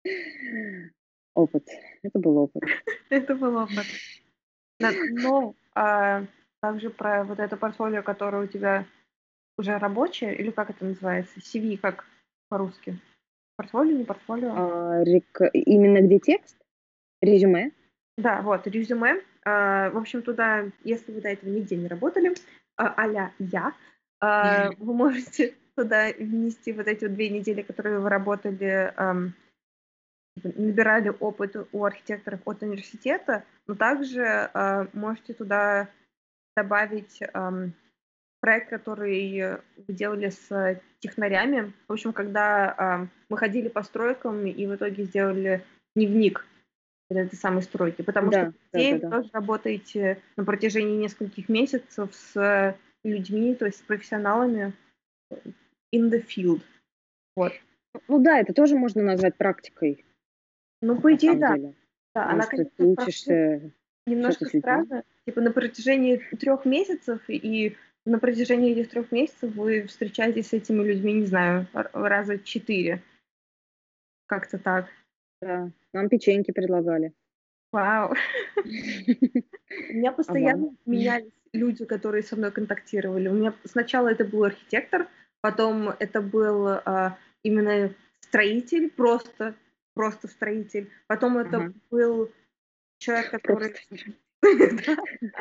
Speaker 2: Опыт. Это был опыт.
Speaker 1: Это был опыт. Но также про вот это портфолио, которое у тебя уже рабочее, или как это называется? CV, как по-русски? Портфолио, не портфолио?
Speaker 2: Именно где текст? Резюме?
Speaker 1: Да, вот, резюме. В общем, туда, если вы до этого нигде не работали, а-ля я, вы можете туда внести вот эти вот 2 недели, которые вы работали, набирали опыт у архитекторов от университета, но также можете туда добавить проект, который вы делали с технарями. В общем, когда мы ходили по стройкам и в итоге сделали дневник вот этой самой стройки. Потому что,
Speaker 2: Да,
Speaker 1: по идее, вы
Speaker 2: да-да-да.
Speaker 1: тоже работаете на протяжении нескольких месяцев с людьми, то есть с профессионалами in the field. Вот.
Speaker 2: Ну да, это тоже можно назвать практикой,
Speaker 1: Ну, по
Speaker 2: на
Speaker 1: идее,
Speaker 2: самом
Speaker 1: да.
Speaker 2: деле.
Speaker 1: Да,
Speaker 2: Потому
Speaker 1: она,
Speaker 2: что
Speaker 1: конечно,
Speaker 2: ты
Speaker 1: проходит
Speaker 2: учишься что-то
Speaker 1: немножко
Speaker 2: с людьми.
Speaker 1: странно. Типа на протяжении 3 месяцев, и на протяжении этих 3 месяцев вы встречаетесь с этими людьми, не знаю, раза 4. Как-то так.
Speaker 2: Да, нам печеньки предлагали.
Speaker 1: Вау! У меня
Speaker 2: А вам?
Speaker 1: постоянно менялись люди, которые со мной контактировали. У меня сначала это был архитектор, потом это был именно строитель, просто строитель. Потом это
Speaker 2: Ага.
Speaker 1: был человек, который...
Speaker 2: Просто
Speaker 1: Да,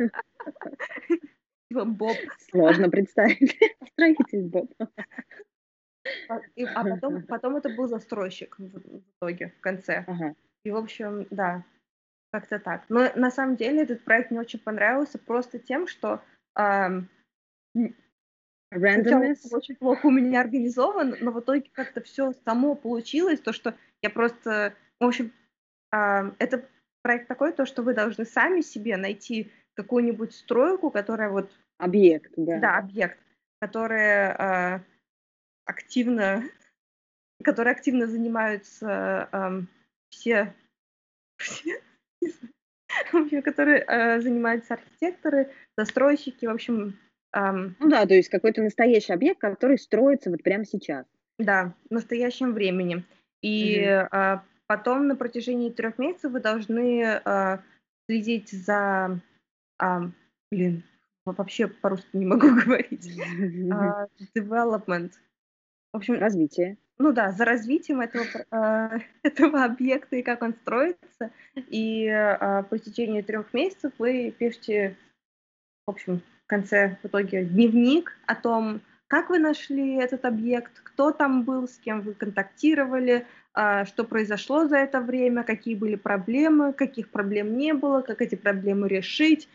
Speaker 1: типа Боб.
Speaker 2: сложно представить. Строитель Боб.
Speaker 1: Потом это был застройщик в итоге, в конце.
Speaker 2: Ага.
Speaker 1: И, в общем, да, как-то так. Но на самом деле этот проект мне очень понравился просто тем, что ам, сначала он был
Speaker 2: Randomness.
Speaker 1: очень плохо у меня организован, но в итоге как-то все само получилось. То, что я просто... В общем, это проект такой, то, что вы должны сами себе найти какую-нибудь стройку, которая вот,
Speaker 2: Объект, да.
Speaker 1: да, объект, которая активно, которой активно занимаются все, все, в общем, которые занимаются архитекторы, застройщики, в общем,
Speaker 2: Ну да, то есть какой-то настоящий объект, который строится вот прямо сейчас.
Speaker 1: да, в настоящем времени. И,
Speaker 2: Мгм.
Speaker 1: потом на протяжении 3 месяцев вы должны, следить за, а, блин, вообще по-русски не могу говорить, development. В общем,
Speaker 2: Развитие.
Speaker 1: ну да, за развитием этого объекта и как он строится. И, по течение 3 месяцев вы пишете, в общем, в конце, в итоге, дневник о том, как вы нашли этот объект, кто там был, с кем вы контактировали, что произошло за это время, какие были проблемы, каких проблем не было, как эти проблемы решить,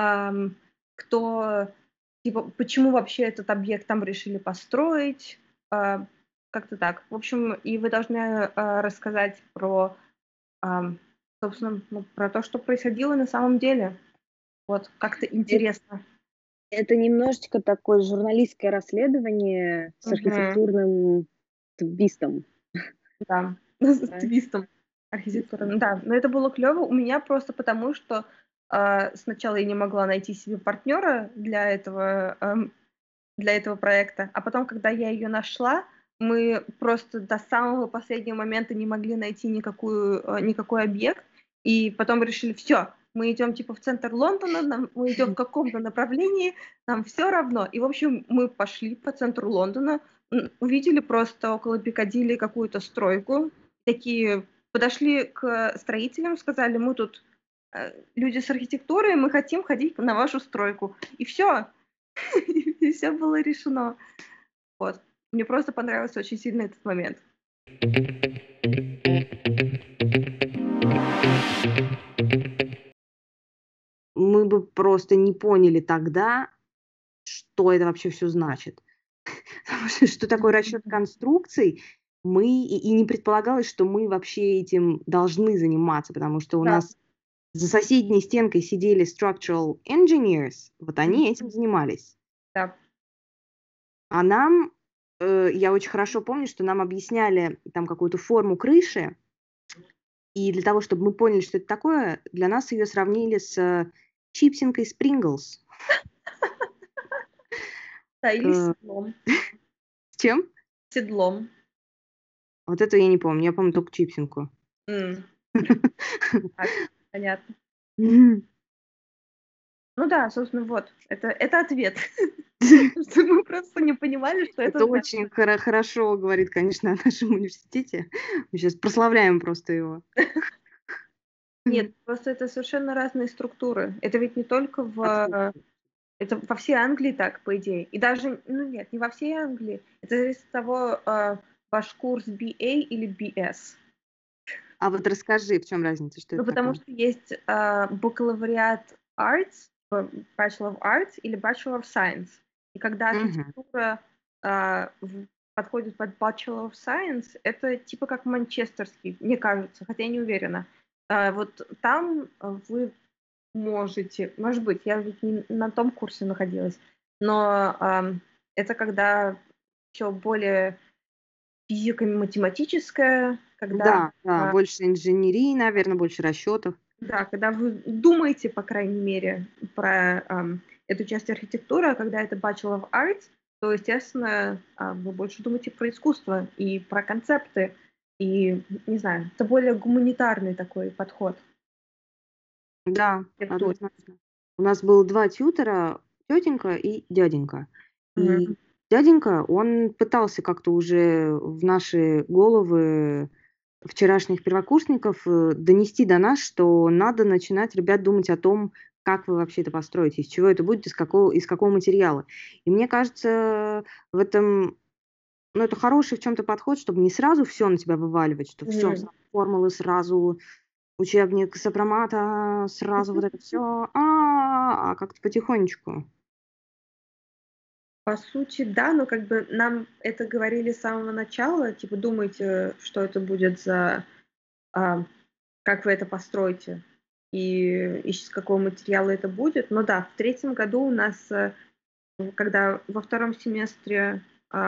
Speaker 1: кто, типа, почему вообще этот объект там решили построить, а, как-то так. В общем, и вы должны рассказать про, ам, собственно, ну, про то, что происходило на самом деле. Вот, как-то
Speaker 2: Это,
Speaker 1: интересно.
Speaker 2: это немножечко такое журналистское расследование с
Speaker 1: Мгм.
Speaker 2: архитектурным твистом.
Speaker 1: Да, с
Speaker 2: Да?
Speaker 1: твистом архитектуры. Да, но это было клево. У меня просто потому, что сначала я не могла найти себе партнера для этого проекта, а потом, когда я ее нашла, мы просто до самого последнего момента не могли найти никакой объект, и потом решили, все, мы идем типа в центр Лондона, мы идем в каком-то направлении, нам все равно. И, в общем, мы пошли по центру Лондона, увидели просто около Пикадилли какую-то стройку, такие подошли к строителям, сказали, мы тут люди с архитектурой, мы хотим ходить на вашу стройку. И все, и все было решено. Вот. Мне просто понравился очень сильно этот момент.
Speaker 4: Мы бы просто не поняли тогда, что это вообще все значит. Потому что такое расчет конструкций, мы и не предполагалось, что мы вообще этим должны заниматься, потому что у
Speaker 1: Да.
Speaker 4: нас за соседней стенкой сидели structural engineers, вот они этим занимались.
Speaker 1: Да.
Speaker 4: А нам, я очень хорошо помню, что нам объясняли там какую-то форму крыши, и для того, чтобы мы поняли, что это такое, для нас ее сравнили с чипсинкой Sprinkles.
Speaker 1: Да, или
Speaker 4: Э,
Speaker 1: седлом.
Speaker 4: С чем?
Speaker 1: Седлом.
Speaker 4: Вот это я не помню, я помню только чипсинку.
Speaker 1: Так, понятно. Ну да, собственно, вот. Это ответ. Что мы просто не понимали, что это
Speaker 4: Это
Speaker 1: значит.
Speaker 4: очень хорошо говорит, конечно, о нашем университете. Мы сейчас прославляем просто его.
Speaker 1: Нет, просто это совершенно разные структуры. Это ведь не только это во всей Англии так, по идее. И даже, ну нет, не во всей Англии. Это зависит от того, ваш курс BA или BS.
Speaker 4: А вот расскажи, в чем разница, что
Speaker 1: Ну,
Speaker 4: это
Speaker 1: потому
Speaker 4: такое?
Speaker 1: что есть бакалавриат Arts, Bachelor of Arts или Bachelor of Science. И когда архитектура подходит под Bachelor of Science, это типа как манчестерский, мне кажется, хотя я не уверена. Вот там вы можете, может быть, я ведь не на том курсе находилась, но это когда еще более физико-математическое, когда
Speaker 4: Да, больше инженерии, наверное, больше расчетов.
Speaker 1: да, когда вы думаете, по крайней мере, про эту часть архитектуры, а когда это Bachelor of Arts, то, естественно, вы больше думаете про искусство и про концепты, и, не знаю, это более гуманитарный такой подход
Speaker 4: Да,
Speaker 1: к архитектуре.
Speaker 4: однозначно. У нас было 2 тьютора, тетенька и дяденька.
Speaker 1: Мгм.
Speaker 4: И дяденька, он пытался как-то уже в наши головы вчерашних первокурсников донести до нас, что надо начинать, ребят, думать о том, как вы вообще это построите, из чего это будет, из какого материала. И мне кажется, в этом, ну, это хороший в чем-то подход, чтобы не сразу все на тебя вываливать, что все,
Speaker 1: Мгм.
Speaker 4: формулы сразу, учебник сопромата, сразу вот это все, а как-то потихонечку.
Speaker 1: По сути, да, но как бы нам это говорили с самого начала, типа думайте, что это будет а, как вы это построите и из какого материала это будет. Но да, в третьем году у нас когда во втором семестре,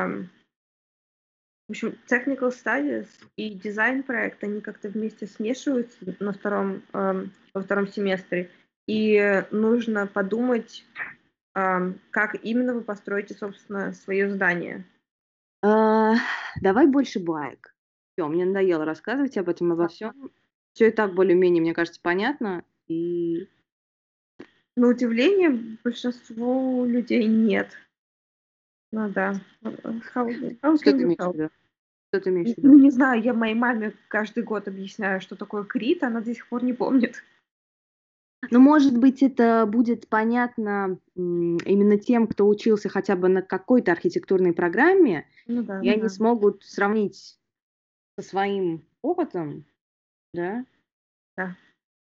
Speaker 1: в общем, technical studies и дизайн проект, они как-то вместе смешиваются во втором семестре, и нужно подумать, как именно вы построите, собственно, свое здание.
Speaker 4: Давай больше баек. Все, мне надоело рассказывать об этом, обо всем. Все и так более-менее, мне кажется, понятно. И
Speaker 1: На удивление, большинству людей нет. Ну да. How
Speaker 4: что
Speaker 1: can
Speaker 4: ты
Speaker 1: you
Speaker 4: имеешь в
Speaker 1: help?
Speaker 4: виду? Что ты имеешь в
Speaker 1: Ну,
Speaker 4: виду?
Speaker 1: не знаю, я моей маме каждый год объясняю, что такое крит, она до сих пор не помнит.
Speaker 4: Ну, может быть, это будет понятно именно тем, кто учился хотя бы на какой-то архитектурной программе,
Speaker 1: Ну да.
Speaker 4: и они смогут сравнить со своим опытом, да,
Speaker 1: Да.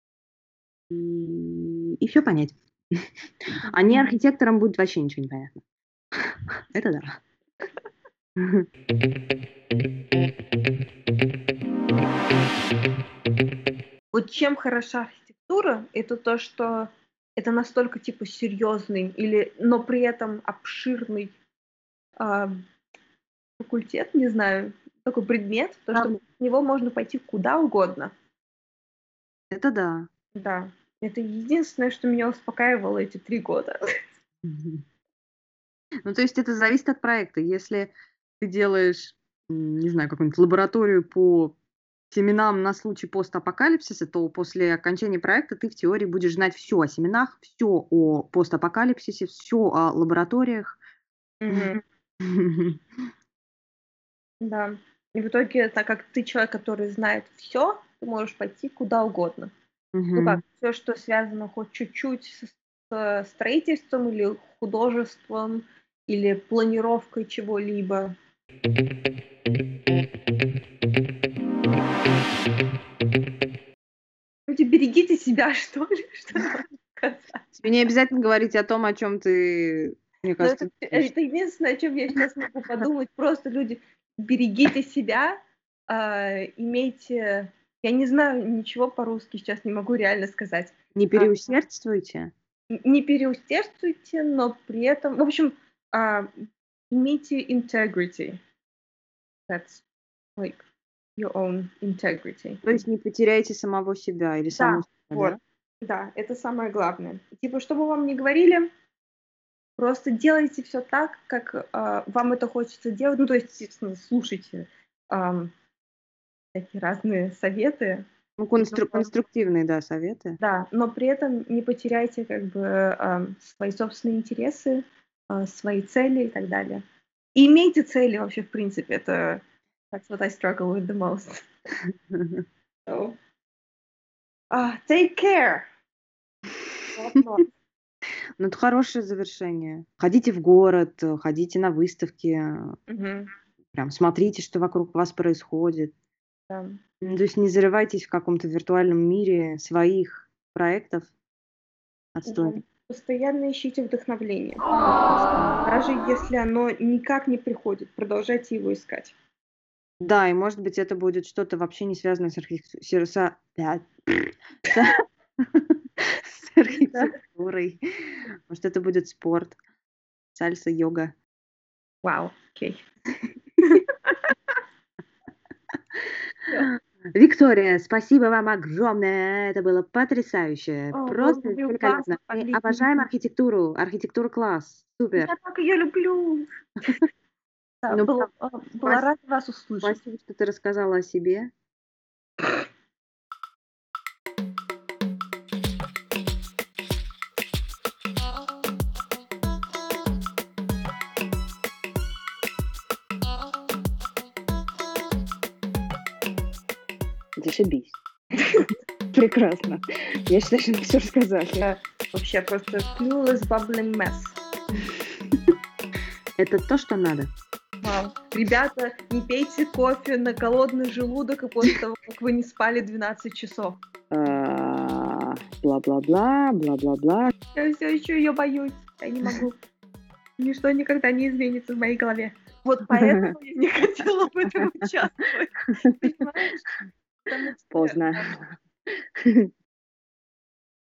Speaker 4: и все понять. А не архитекторам будет вообще ничего не понятно. Это да.
Speaker 1: Вот чем хороша архитектура, это то, что это настолько типа серьезный но при этом обширный а, факультет, не знаю, такой предмет, то что в него можно пойти куда угодно.
Speaker 4: Это да.
Speaker 1: Да, это единственное, что меня успокаивало эти 3 года.
Speaker 4: Ну, то есть это зависит от проекта. Если ты делаешь, не знаю, какую-нибудь лабораторию по семенам на случай постапокалипсиса, то после окончания проекта ты в теории будешь знать все о семенах, все о постапокалипсисе, все о лабораториях.
Speaker 1: Мгм. Да. И в итоге, так как ты человек, который знает все, ты можешь пойти куда угодно. Ну как, все, что связано хоть чуть-чуть с строительством или художеством, или планировкой чего-либо. Люди, берегите себя, что ли? Что я могу сказать?
Speaker 4: Тебе не обязательно говорить о том, о чем ты, мне
Speaker 1: Но
Speaker 4: кажется,
Speaker 1: это единственное, о чем я сейчас могу подумать. Просто люди, берегите себя, имейте... Я не знаю ничего по-русски, сейчас не могу реально сказать.
Speaker 4: не переусердствуйте.
Speaker 1: Не переусердствуйте, но при этом... В общем, имейте integrity. That's like your own integrity.
Speaker 4: То есть не потеряйте самого себя или саму себя,
Speaker 1: Вот.
Speaker 4: да?
Speaker 1: Да, это самое главное. Типа, что бы вам ни говорили, просто делайте все так, как вам это хочется делать. Ну, то есть, естественно, слушайте всякие разные советы.
Speaker 4: Ну, конструктивные, да, советы.
Speaker 1: Да, но при этом не потеряйте как бы свои собственные интересы, свои цели и так далее. И имейте цели вообще, в принципе. Это that's what I struggle with the most. So, take care. Вот.
Speaker 4: Ну, это хорошее завершение. Ходите в город, ходите на выставки,
Speaker 1: Мгм.
Speaker 4: прям смотрите, что вокруг вас происходит.
Speaker 1: Да.
Speaker 4: Ну, то есть не зарывайтесь в каком-то виртуальном мире своих проектов
Speaker 1: Да.
Speaker 4: отстойных.
Speaker 1: Постоянно ищите вдохновление. Даже если оно никак не приходит, продолжайте его искать.
Speaker 4: Да, и может быть это будет что-то вообще не связанное с архитектурой. Может, это будет спорт, сальса, йога.
Speaker 1: Вау, окей.
Speaker 4: Виктория, спасибо вам огромное. Это было потрясающе.
Speaker 1: О,
Speaker 4: Просто
Speaker 1: благодарю вас,
Speaker 4: великолепно. Мы
Speaker 1: отлично.
Speaker 4: обожаем архитектуру. Архитектура класс. Супер.
Speaker 1: Я так ее люблю. Да,
Speaker 4: Ну,
Speaker 1: была
Speaker 4: спасибо.
Speaker 1: рада вас услышать.
Speaker 4: Спасибо, что ты рассказала о себе.
Speaker 2: Зашибись. Прекрасно. Я считаю, что мы все рассказали.
Speaker 1: Вообще просто clueless bubbling mess.
Speaker 4: Это то, что надо.
Speaker 1: Вау. Ребята, не пейте кофе на голодный желудок и после того, как вы не спали 12 часов.
Speaker 2: Бла-бла-бла, бла-бла-бла.
Speaker 1: Я все еще ее боюсь. Я не могу. Ничто никогда не изменится в моей голове. Вот поэтому я не хотела в этом участвовать. Понимаешь? Потому что,
Speaker 2: Поздно.